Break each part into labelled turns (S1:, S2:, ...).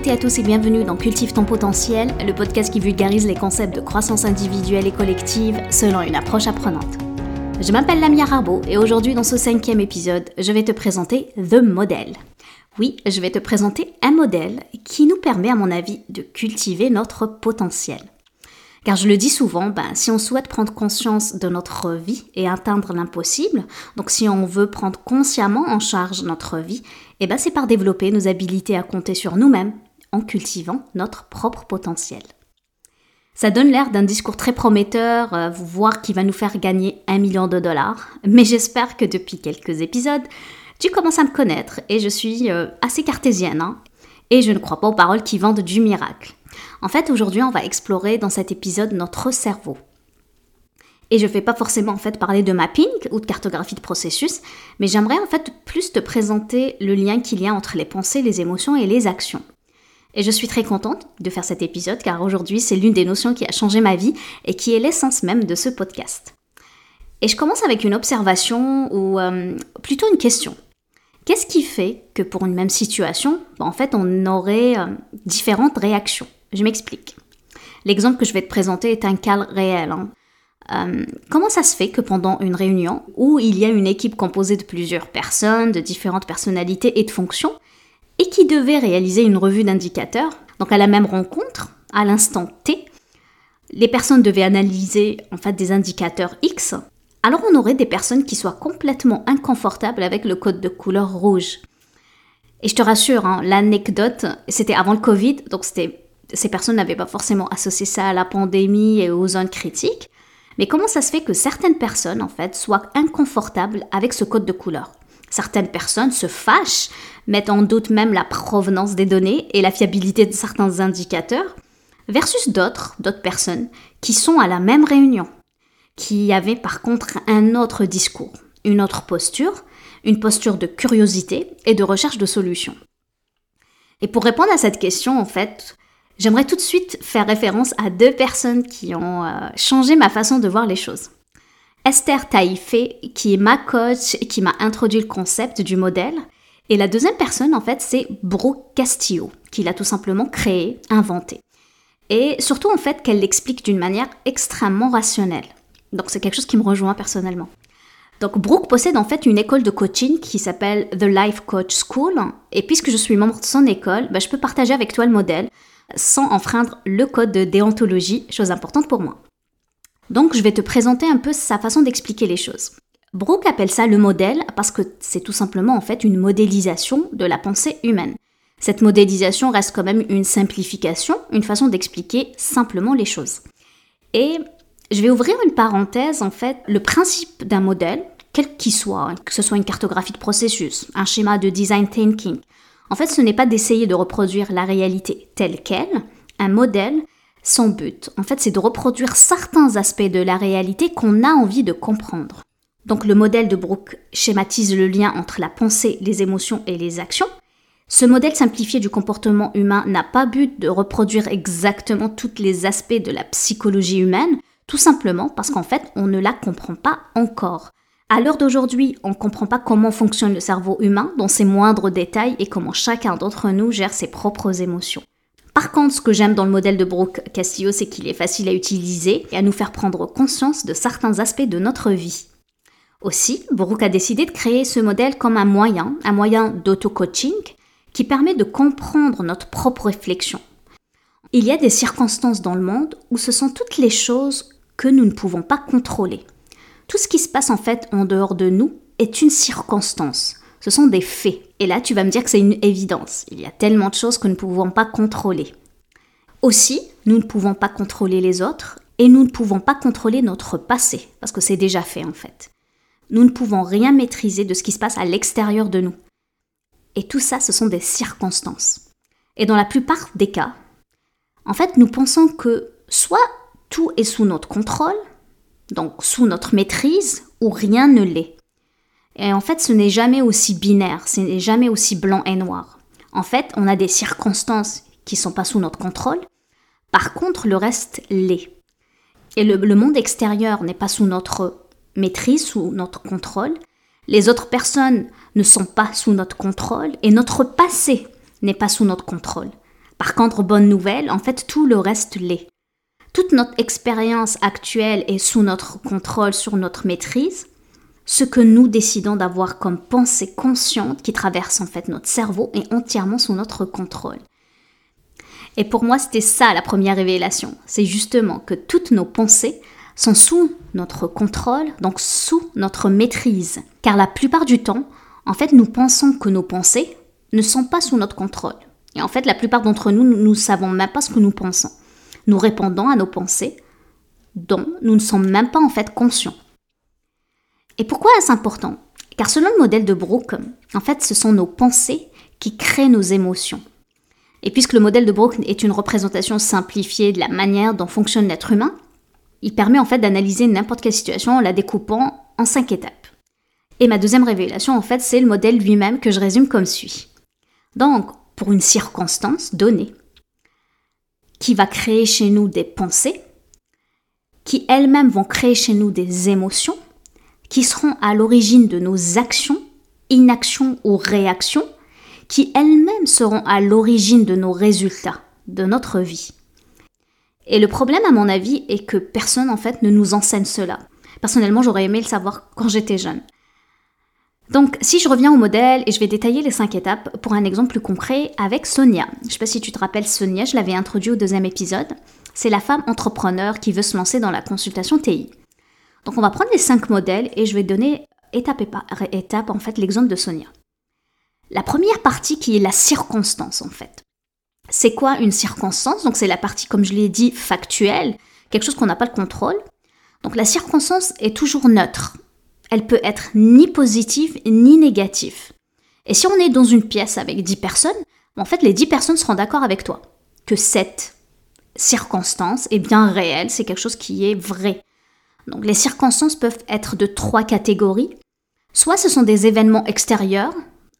S1: à tous et bienvenue dans Cultive ton potentiel, le podcast qui vulgarise les concepts de croissance individuelle et collective selon une approche apprenante. Je m'appelle Lamia Rarbo et aujourd'hui dans ce 5e épisode, je vais te présenter The Model. Oui, je vais te présenter un modèle qui nous permet à mon avis de cultiver notre potentiel. Car je le dis souvent, si on souhaite prendre conscience de notre vie et atteindre l'impossible, donc si on veut prendre consciemment en charge notre vie, c'est par développer nos habilités à compter sur nous-mêmes en cultivant notre propre potentiel. Ça donne l'air d'un discours très prometteur, voire qui va nous faire gagner $1 million, mais j'espère que depuis quelques épisodes, tu commences à me connaître et je suis assez cartésienne, et je ne crois pas aux paroles qui vendent du miracle. En fait, aujourd'hui, on va explorer dans cet épisode notre cerveau. Et je ne vais pas forcément parler de mapping ou de cartographie de processus, mais j'aimerais plus te présenter le lien qu'il y a entre les pensées, les émotions et les actions. Et je suis très contente de faire cet épisode car aujourd'hui, c'est l'une des notions qui a changé ma vie et qui est l'essence même de ce podcast. Et je commence avec une observation ou plutôt une question. Qu'est-ce qui fait que pour une même situation, on aurait différentes réactions ? Je m'explique. L'exemple que je vais te présenter est un cas réel. Comment ça se fait que pendant une réunion où il y a une équipe composée de plusieurs personnes, de différentes personnalités et de fonctions, et qui devait réaliser une revue d'indicateurs, donc à la même rencontre, à l'instant T, les personnes devaient analyser des indicateurs X, alors on aurait des personnes qui soient complètement inconfortables avec le code de couleur rouge. Et je te rassure, l'anecdote, c'était avant le Covid, donc ces personnes n'avaient pas forcément associé ça à la pandémie et aux zones critiques. Mais comment ça se fait que certaines personnes, soient inconfortables avec ce code de couleur ? Certaines personnes se fâchent, mettent en doute même la provenance des données et la fiabilité de certains indicateurs, versus d'autres personnes qui sont à la même réunion, qui avaient par contre un autre discours, une autre posture, une posture de curiosité et de recherche de solutions. Et pour répondre à cette question, j'aimerais tout de suite faire référence à 2 personnes qui ont changé ma façon de voir les choses. Esther Taïfé, qui est ma coach et qui m'a introduit le concept du modèle. Et la deuxième personne, c'est Brooke Castillo, qui l'a tout simplement créé, inventé. Et surtout, qu'elle l'explique d'une manière extrêmement rationnelle. Donc, c'est quelque chose qui me rejoint personnellement. Donc, Brooke possède une école de coaching qui s'appelle The Life Coach School. Et puisque je suis membre de son école, je peux partager avec toi le modèle sans enfreindre le code de déontologie, chose importante pour moi. Donc, je vais te présenter un peu sa façon d'expliquer les choses. Brooke appelle ça le modèle parce que c'est tout simplement une modélisation de la pensée humaine. Cette modélisation reste quand même une simplification, une façon d'expliquer simplement les choses. Et je vais ouvrir une parenthèse, le principe d'un modèle, quel qu'il soit, que ce soit une cartographie de processus, un schéma de design thinking, ce n'est pas d'essayer de reproduire la réalité telle qu'elle. Un modèle, son but, c'est de reproduire certains aspects de la réalité qu'on a envie de comprendre. Donc le modèle de Brooke schématise le lien entre la pensée, les émotions et les actions. Ce modèle simplifié du comportement humain n'a pas but de reproduire exactement tous les aspects de la psychologie humaine, tout simplement parce on ne la comprend pas encore. À l'heure d'aujourd'hui, on ne comprend pas comment fonctionne le cerveau humain dans ses moindres détails et comment chacun d'entre nous gère ses propres émotions. Par contre, ce que j'aime dans le modèle de Brooke Castillo, c'est qu'il est facile à utiliser et à nous faire prendre conscience de certains aspects de notre vie. Aussi, Brooke a décidé de créer ce modèle comme un moyen d'auto-coaching qui permet de comprendre notre propre réflexion. Il y a des circonstances dans le monde où ce sont toutes les choses que nous ne pouvons pas contrôler. Tout ce qui se passe en dehors de nous est une circonstance. Ce sont des faits. Et là, tu vas me dire que c'est une évidence. Il y a tellement de choses que nous ne pouvons pas contrôler. Aussi, nous ne pouvons pas contrôler les autres et nous ne pouvons pas contrôler notre passé, parce que c'est déjà fait Nous ne pouvons rien maîtriser de ce qui se passe à l'extérieur de nous. Et tout ça, ce sont des circonstances. Et dans la plupart des cas, nous pensons que soit tout est sous notre contrôle, donc sous notre maîtrise, ou rien ne l'est. Et ce n'est jamais aussi binaire, ce n'est jamais aussi blanc et noir. On a des circonstances qui ne sont pas sous notre contrôle, par contre, le reste l'est. Et le monde extérieur n'est pas sous notre maîtrise, sous notre contrôle. Les autres personnes ne sont pas sous notre contrôle et notre passé n'est pas sous notre contrôle. Par contre, bonne nouvelle, en fait, tout le reste l'est. Toute notre expérience actuelle est sous notre contrôle, sur notre maîtrise. Ce que nous décidons d'avoir comme pensée consciente qui traverse en fait notre cerveau est entièrement sous notre contrôle. Et pour moi, c'était ça la première révélation. C'est justement que toutes nos pensées sont sous notre contrôle, donc sous notre maîtrise. Car la plupart du temps, en fait, nous pensons que nos pensées ne sont pas sous notre contrôle. Et en fait, la plupart d'entre nous, nous ne savons même pas ce que nous pensons. Nous répondons à nos pensées dont nous ne sommes même pas en fait conscients. Et pourquoi est-ce important ? Car selon le modèle de Brooke, en fait, ce sont nos pensées qui créent nos émotions. Et puisque le modèle de Brooke est une représentation simplifiée de la manière dont fonctionne l'être humain, il permet en fait d'analyser n'importe quelle situation en la découpant en 5 étapes. Et ma deuxième révélation, en fait, c'est le modèle lui-même que je résume comme suit. Donc, pour une circonstance donnée, qui va créer chez nous des pensées, qui elles-mêmes vont créer chez nous des émotions, qui seront à l'origine de nos actions, inactions ou réactions, qui elles-mêmes seront à l'origine de nos résultats, de notre vie. Et le problème, à mon avis, est que personne, en fait, ne nous enseigne cela. Personnellement, j'aurais aimé le savoir quand j'étais jeune. Donc, si je reviens au modèle, et je vais détailler les 5 étapes pour un exemple plus concret avec Sonia. Je ne sais pas si tu te rappelles Sonia, je l'avais introduit au 2e épisode. C'est la femme entrepreneur qui veut se lancer dans la consultation TI. Donc, on va prendre les 5 modèles et je vais donner étape par étape, en fait, l'exemple de Sonia. La première partie qui est la circonstance, en fait. C'est quoi une circonstance ? Donc, c'est la partie, comme je l'ai dit, factuelle, quelque chose qu'on n'a pas le contrôle. Donc, la circonstance est toujours neutre. Elle peut être ni positive ni négative. Et si on est dans une pièce avec 10 personnes, en fait, les 10 personnes seront d'accord avec toi que cette circonstance est bien réelle, c'est quelque chose qui est vrai. Donc, les circonstances peuvent être de 3 catégories. Soit ce sont des événements extérieurs,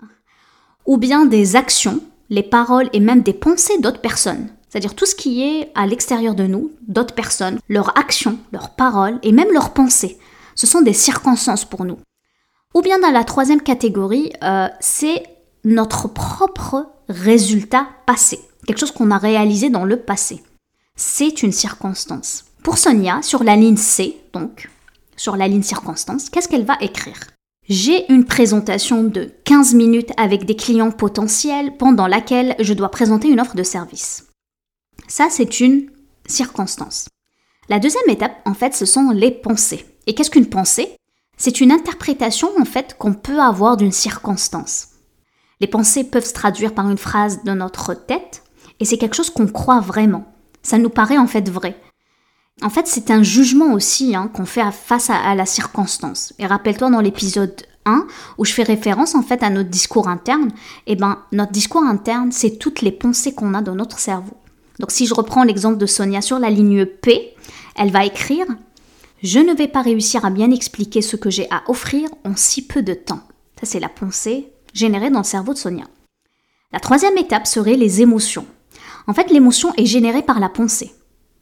S1: ou bien des actions, les paroles et même des pensées d'autres personnes. C'est-à-dire tout ce qui est à l'extérieur de nous, d'autres personnes, leurs actions, leurs paroles et même leurs pensées. Ce sont des circonstances pour nous. Ou bien dans la 3e catégorie, c'est notre propre résultat passé. Quelque chose qu'on a réalisé dans le passé. C'est une circonstance. Pour Sonia, sur la ligne C, donc, sur la ligne circonstance, qu'est-ce qu'elle va écrire ? J'ai une présentation de 15 minutes avec des clients potentiels pendant laquelle je dois présenter une offre de service. Ça, c'est une circonstance. La 2e étape, en fait, ce sont les pensées. Et qu'est-ce qu'une pensée ? C'est une interprétation, en fait, qu'on peut avoir d'une circonstance. Les pensées peuvent se traduire par une phrase de notre tête, et c'est quelque chose qu'on croit vraiment. Ça nous paraît en fait vrai. En fait, c'est un jugement aussi qu'on fait face à la circonstance. Et rappelle-toi dans l'épisode 1, où je fais référence en fait à notre discours interne, notre discours interne, c'est toutes les pensées qu'on a dans notre cerveau. Donc si je reprends l'exemple de Sonia sur la ligne P, elle va écrire « Je ne vais pas réussir à bien expliquer ce que j'ai à offrir en si peu de temps ». Ça, c'est la pensée générée dans le cerveau de Sonia. La 3e étape serait les émotions. En fait, l'émotion est générée par la pensée.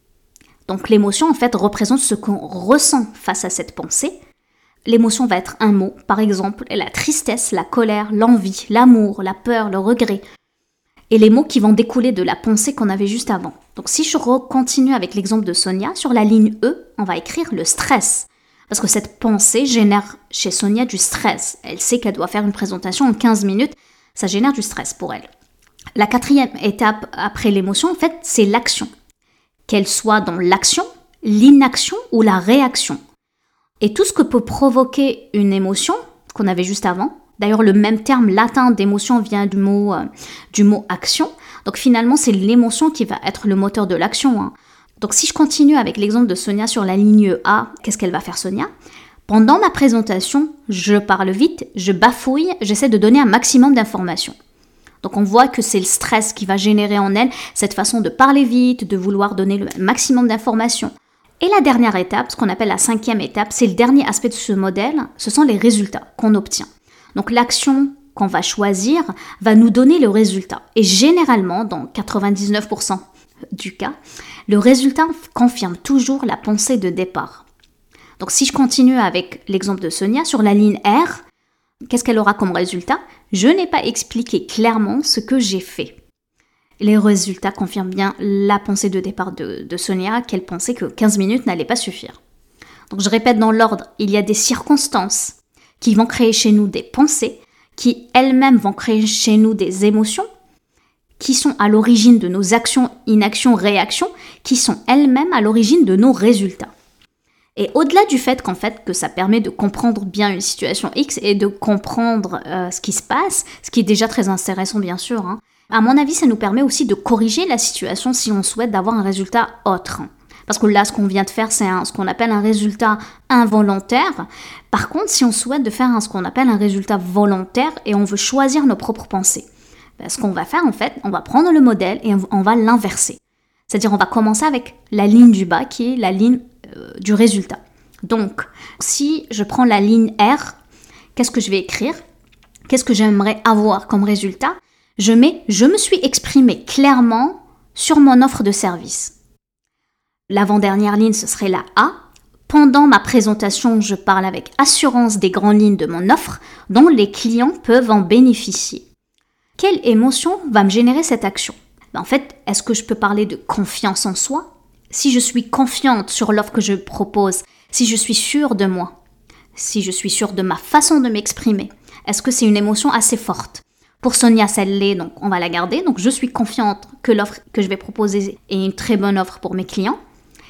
S1: Donc l'émotion, en fait, représente ce qu'on ressent face à cette pensée. L'émotion va être un mot, par exemple la tristesse, la colère, l'envie, l'amour, la peur, le regret. Et les mots qui vont découler de la pensée qu'on avait juste avant. Donc si je continue avec l'exemple de Sonia, sur la ligne E, on va écrire le stress. Parce que cette pensée génère chez Sonia du stress. Elle sait qu'elle doit faire une présentation en 15 minutes, ça génère du stress pour elle. La 4e étape après l'émotion, en fait, c'est l'action. Qu'elle soit dans l'action, l'inaction ou la réaction. Et tout ce que peut provoquer une émotion, qu'on avait juste avant, d'ailleurs le même terme latin d'émotion vient du mot action, donc finalement c'est l'émotion qui va être le moteur de l'action. Donc si je continue avec l'exemple de Sonia sur la ligne A, qu'est-ce qu'elle va faire Sonia ? Pendant ma présentation, je parle vite, je bafouille, j'essaie de donner un maximum d'informations. Donc on voit que c'est le stress qui va générer en elle cette façon de parler vite, de vouloir donner le maximum d'informations. Et la dernière étape, ce qu'on appelle la 5e étape, c'est le dernier aspect de ce modèle, ce sont les résultats qu'on obtient. Donc l'action qu'on va choisir va nous donner le résultat. Et généralement, dans 99% du cas, le résultat confirme toujours la pensée de départ. Donc si je continue avec l'exemple de Sonia, sur la ligne R, qu'est-ce qu'elle aura comme résultat ? Je n'ai pas expliqué clairement ce que j'ai fait. Les résultats confirment bien la pensée de départ de Sonia, qu'elle pensait que 15 minutes n'allait pas suffire. Donc je répète dans l'ordre, il y a des circonstances qui vont créer chez nous des pensées, qui elles-mêmes vont créer chez nous des émotions, qui sont à l'origine de nos actions, inactions, réactions, qui sont elles-mêmes à l'origine de nos résultats. Et au-delà du fait que ça permet de comprendre bien une situation X et de comprendre ce qui se passe, ce qui est déjà très intéressant bien sûr, à mon avis ça nous permet aussi de corriger la situation si on souhaite d'avoir un résultat autre. Parce que là, ce qu'on vient de faire, c'est ce qu'on appelle un résultat involontaire. Par contre, si on souhaite de faire ce qu'on appelle un résultat volontaire et on veut choisir nos propres pensées, ce qu'on va faire en fait, on va prendre le modèle et on va l'inverser. C'est-à-dire on va commencer avec la ligne du bas qui est la ligne du résultat. Donc, si je prends la ligne R, qu'est-ce que je vais écrire? Qu'est-ce que j'aimerais avoir comme résultat? Je mets « Je me suis exprimé clairement sur mon offre de service ». L'avant-dernière ligne, ce serait la A. Pendant ma présentation, je parle avec assurance des grandes lignes de mon offre dont les clients peuvent en bénéficier. Quelle émotion va me générer cette action? En fait, est-ce que je peux parler de confiance en soi? Si je suis confiante sur l'offre que je propose, si je suis sûre de moi, si je suis sûre de ma façon de m'exprimer, est-ce que c'est une émotion assez forte? Pour Sonia, celle l'est, donc on va la garder. Donc je suis confiante que l'offre que je vais proposer est une très bonne offre pour mes clients.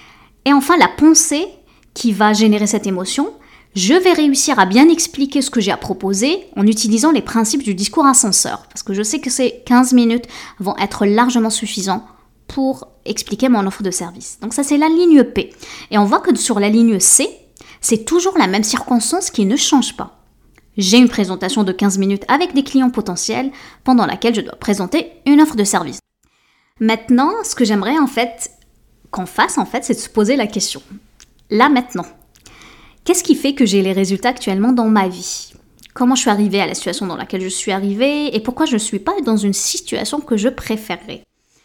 S1: Et enfin, la pensée qui va générer cette émotion, je vais réussir à bien expliquer ce que j'ai à proposer en utilisant les principes du discours ascenseur. Parce que je sais que ces 15 minutes vont être largement suffisants pour expliquer mon offre de service. Donc ça, c'est la ligne P. Et on voit que sur la ligne C, c'est toujours la même circonstance qui ne change pas. J'ai une présentation de 15 minutes avec des clients potentiels pendant laquelle je dois présenter une offre de service. Maintenant, ce que j'aimerais qu'on fasse, c'est de se poser la question. Là, maintenant, qu'est-ce qui fait que j'ai les résultats actuellement dans ma vie? Comment je suis arrivée à la situation dans laquelle je suis arrivée et pourquoi je ne suis pas dans une situation que je préférerais?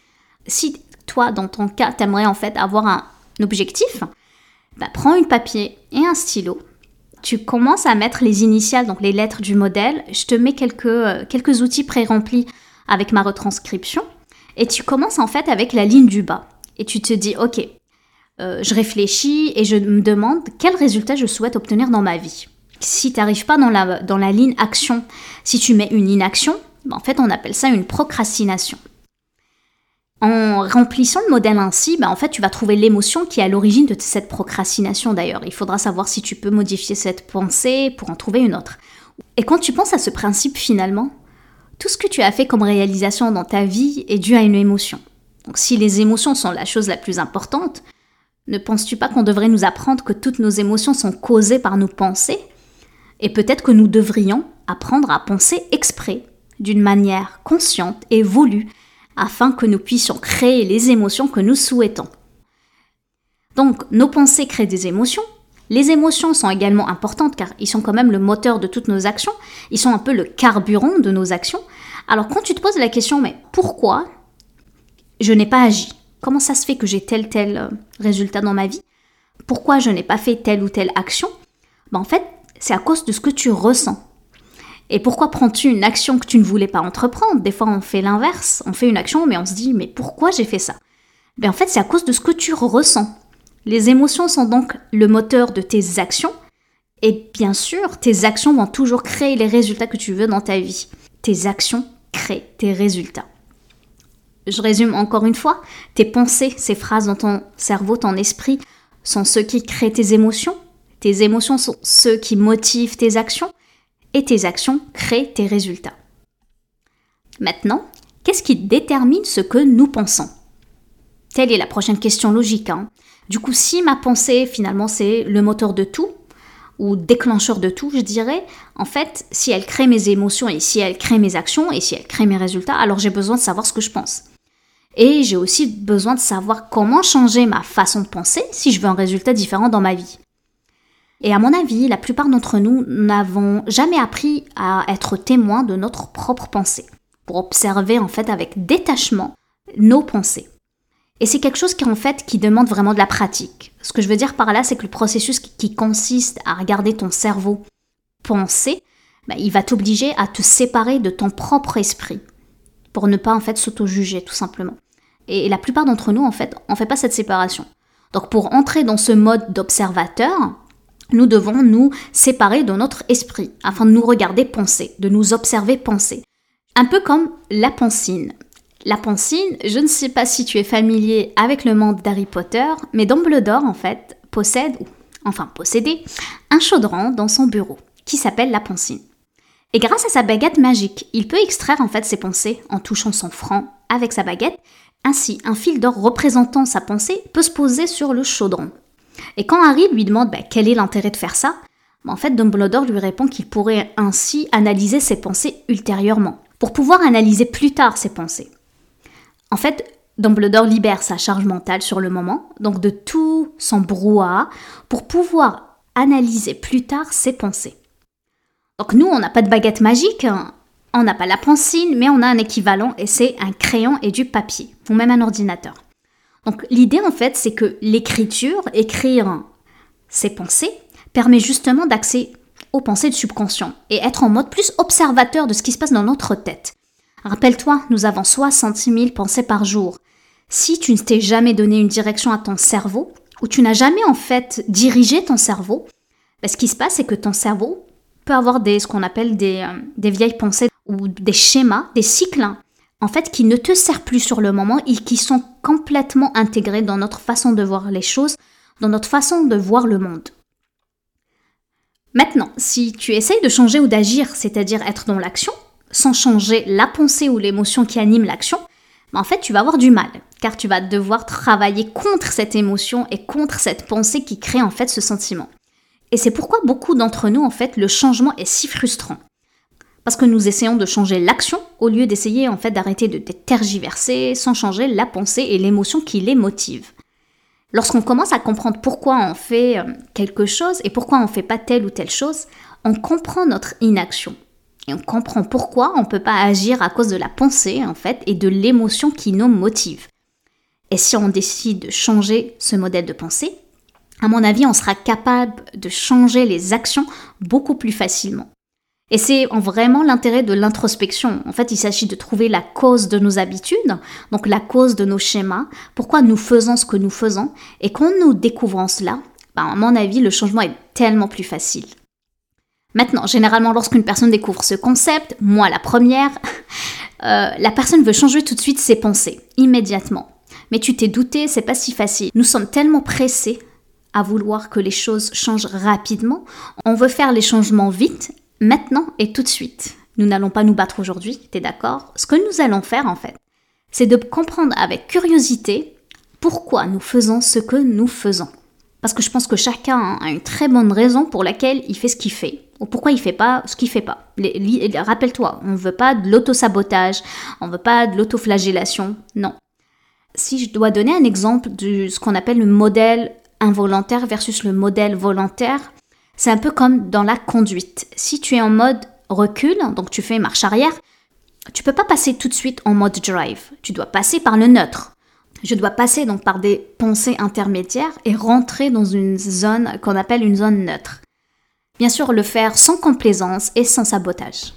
S1: Si toi, dans ton cas, tu aimerais avoir un objectif, prends un papier et un stylo. Tu commences à mettre les initiales, donc les lettres du modèle. Je te mets quelques outils pré-remplis avec ma retranscription. Et tu commences avec la ligne du bas. Et tu te dis, ok, je réfléchis et je me demande quel résultat je souhaite obtenir dans ma vie. Si tu n'arrives pas dans la ligne action, si tu mets une inaction, on appelle ça une procrastination. En remplissant le modèle ainsi, tu vas trouver l'émotion qui est à l'origine de cette procrastination d'ailleurs. Il faudra savoir si tu peux modifier cette pensée pour en trouver une autre. Et quand tu penses à ce principe finalement, tout ce que tu as fait comme réalisation dans ta vie est dû à une émotion. Donc si les émotions sont la chose la plus importante, ne penses-tu pas qu'on devrait nous apprendre que toutes nos émotions sont causées par nos pensées? Et peut-être que nous devrions apprendre à penser exprès, d'une manière consciente et voulue, afin que nous puissions créer les émotions que nous souhaitons. Donc, nos pensées créent des émotions. Les émotions sont également importantes car ils sont quand même le moteur de toutes nos actions. Ils sont un peu le carburant de nos actions. Alors, quand tu te poses la question, mais pourquoi je n'ai pas agi? Comment ça se fait que j'ai tel résultat dans ma vie? Pourquoi je n'ai pas fait telle ou telle action? C'est à cause de ce que tu ressens. Et pourquoi prends-tu une action que tu ne voulais pas entreprendre? Des fois, on fait l'inverse. On fait une action, mais on se dit, mais pourquoi j'ai fait ça? C'est à cause de ce que tu ressens. Les émotions sont donc le moteur de tes actions. Et bien sûr, tes actions vont toujours créer les résultats que tu veux dans ta vie. Tes actions créent tes résultats. Je résume encore une fois. Tes pensées, ces phrases dans ton cerveau, ton esprit, sont ceux qui créent tes émotions. Tes émotions sont ceux qui motivent tes actions. Et tes actions créent tes résultats. Maintenant, qu'est-ce qui détermine ce que nous pensons? Telle est la prochaine question logique. Du coup, si ma pensée, finalement, c'est le moteur de tout, ou déclencheur de tout, je dirais, si elle crée mes émotions, et si elle crée mes actions, et si elle crée mes résultats, alors j'ai besoin de savoir ce que je pense. Et j'ai aussi besoin de savoir comment changer ma façon de penser si je veux un résultat différent dans ma vie. Et à mon avis, la plupart d'entre nous n'avons jamais appris à être témoins de notre propre pensée, pour observer avec détachement nos pensées. Et c'est quelque chose qui demande vraiment de la pratique. Ce que je veux dire par là, c'est que le processus qui consiste à regarder ton cerveau penser, il va t'obliger à te séparer de ton propre esprit. pour ne pas en fait s'auto-juger tout simplement. Et la plupart d'entre nous en fait, on fait pas cette séparation. Donc pour entrer dans ce mode d'observateur, nous devons nous séparer de notre esprit afin de nous regarder penser, de nous observer penser. Un peu comme la pensine. La pensine, je ne sais pas si tu es familier avec le monde d'Harry Potter, mais Dumbledore en fait possédait un chaudron dans son bureau qui s'appelle la pensine. Et grâce à sa baguette magique, il peut extraire en fait ses pensées en touchant son front avec sa baguette. Ainsi, un fil d'or représentant sa pensée peut se poser sur le chaudron. Et quand Harry lui demande quel est l'intérêt de faire ça, en fait Dumbledore lui répond qu'il pourrait ainsi analyser ses pensées ultérieurement, pour pouvoir analyser plus tard ses pensées. En fait, Dumbledore libère sa charge mentale sur le moment, donc de tout son brouhaha, pour pouvoir analyser plus tard ses pensées. Donc nous, on n'a pas de baguette magique, on n'a pas la pensine, mais on a un équivalent et c'est un crayon et du papier, ou même un ordinateur. Donc l'idée en fait, c'est que l'écriture, écrire ses pensées, permet justement d'accéder aux pensées du subconscient et être en mode plus observateur de ce qui se passe dans notre tête. Rappelle-toi, nous avons 66 000 pensées par jour. Si tu ne t'es jamais donné une direction à ton cerveau, ou tu n'as jamais en fait dirigé ton cerveau, ce qui se passe, c'est que ton cerveau peut avoir ce qu'on appelle des vieilles pensées ou des schémas, des cycles, en fait, qui ne te servent plus sur le moment et qui sont complètement intégrés dans notre façon de voir les choses, dans notre façon de voir le monde. Maintenant, si tu essayes de changer ou d'agir, c'est-à-dire être dans l'action, sans changer la pensée ou l'émotion qui anime l'action, en fait, tu vas avoir du mal, car tu vas devoir travailler contre cette émotion et contre cette pensée qui crée en fait ce sentiment. Et c'est pourquoi beaucoup d'entre nous, en fait, le changement est si frustrant. Parce que nous essayons de changer l'action au lieu d'essayer en fait d'arrêter de tergiverser sans changer la pensée et l'émotion qui les motive. Lorsqu'on commence à comprendre pourquoi on fait quelque chose et pourquoi on ne fait pas telle ou telle chose, on comprend notre inaction. Et on comprend pourquoi on ne peut pas agir à cause de la pensée en fait et de l'émotion qui nous motive. Et si on décide de changer ce modèle de pensée, à mon avis, on sera capable de changer les actions beaucoup plus facilement. Et c'est vraiment l'intérêt de l'introspection. En fait, il s'agit de trouver la cause de nos habitudes, donc la cause de nos schémas, pourquoi nous faisons ce que nous faisons. Et quand nous découvrons cela, à mon avis, le changement est tellement plus facile. Maintenant, généralement, lorsqu'une personne découvre ce concept, moi la première, la personne veut changer tout de suite ses pensées, immédiatement. Mais tu t'es douté, c'est pas si facile. Nous sommes tellement pressés à vouloir que les choses changent rapidement. On veut faire les changements vite, maintenant et tout de suite. Nous n'allons pas nous battre aujourd'hui, t'es d'accord ? Ce que nous allons faire en fait, c'est de comprendre avec curiosité pourquoi nous faisons ce que nous faisons. Parce que je pense que chacun a une très bonne raison pour laquelle il fait ce qu'il fait, ou pourquoi il ne fait pas ce qu'il ne fait pas. Rappelle-toi, on ne veut pas de l'autosabotage, on ne veut pas de l'autoflagellation, non. Si je dois donner un exemple de ce qu'on appelle le modèle involontaire versus le modèle volontaire, c'est un peu comme dans la conduite. Si tu es en mode recul, donc tu fais marche arrière, tu ne peux pas passer tout de suite en mode drive. Tu dois passer par le neutre. Je dois passer donc par des pensées intermédiaires et rentrer dans une zone qu'on appelle une zone neutre. Bien sûr, le faire sans complaisance et sans sabotage.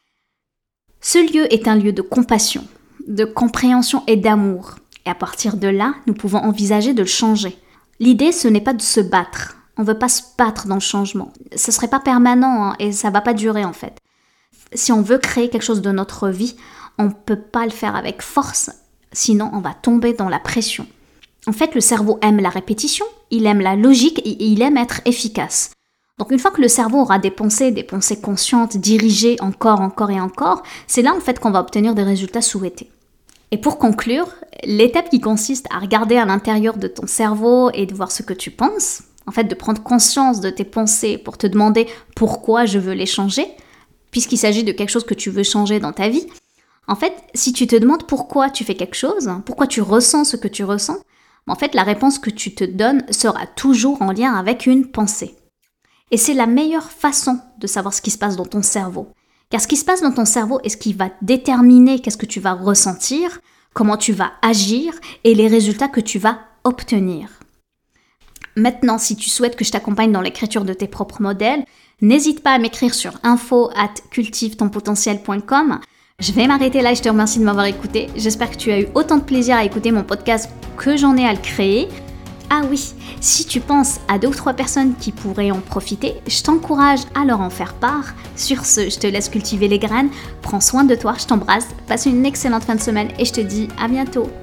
S1: Ce lieu est un lieu de compassion, de compréhension et d'amour. Et à partir de là, nous pouvons envisager de le changer. L'idée, ce n'est pas de se battre. On ne veut pas se battre dans le changement. Ce ne serait pas permanent et ça ne va pas durer en fait. Si on veut créer quelque chose de notre vie, on ne peut pas le faire avec force, sinon on va tomber dans la pression. En fait, le cerveau aime la répétition, il aime la logique et il aime être efficace. Donc une fois que le cerveau aura des pensées conscientes, dirigées encore et encore, c'est là en fait qu'on va obtenir des résultats souhaités. Et pour conclure, l'étape qui consiste à regarder à l'intérieur de ton cerveau et de voir ce que tu penses, en fait de prendre conscience de tes pensées pour te demander pourquoi je veux les changer, puisqu'il s'agit de quelque chose que tu veux changer dans ta vie. En fait, si tu te demandes pourquoi tu fais quelque chose, pourquoi tu ressens ce que tu ressens, en fait la réponse que tu te donnes sera toujours en lien avec une pensée. Et c'est la meilleure façon de savoir ce qui se passe dans ton cerveau. Car ce qui se passe dans ton cerveau est ce qui va déterminer qu'est-ce que tu vas ressentir, comment tu vas agir et les résultats que tu vas obtenir. Maintenant, si tu souhaites que je t'accompagne dans l'écriture de tes propres modèles, n'hésite pas à m'écrire sur info@cultivetonpotentiel.com. Je vais m'arrêter là et je te remercie de m'avoir écouté. J'espère que tu as eu autant de plaisir à écouter mon podcast que j'en ai à le créer. Ah oui, si tu penses à 2 ou 3 personnes qui pourraient en profiter, je t'encourage à leur en faire part. Sur ce, je te laisse cultiver les graines. Prends soin de toi, je t'embrasse. Passe une excellente fin de semaine et je te dis à bientôt.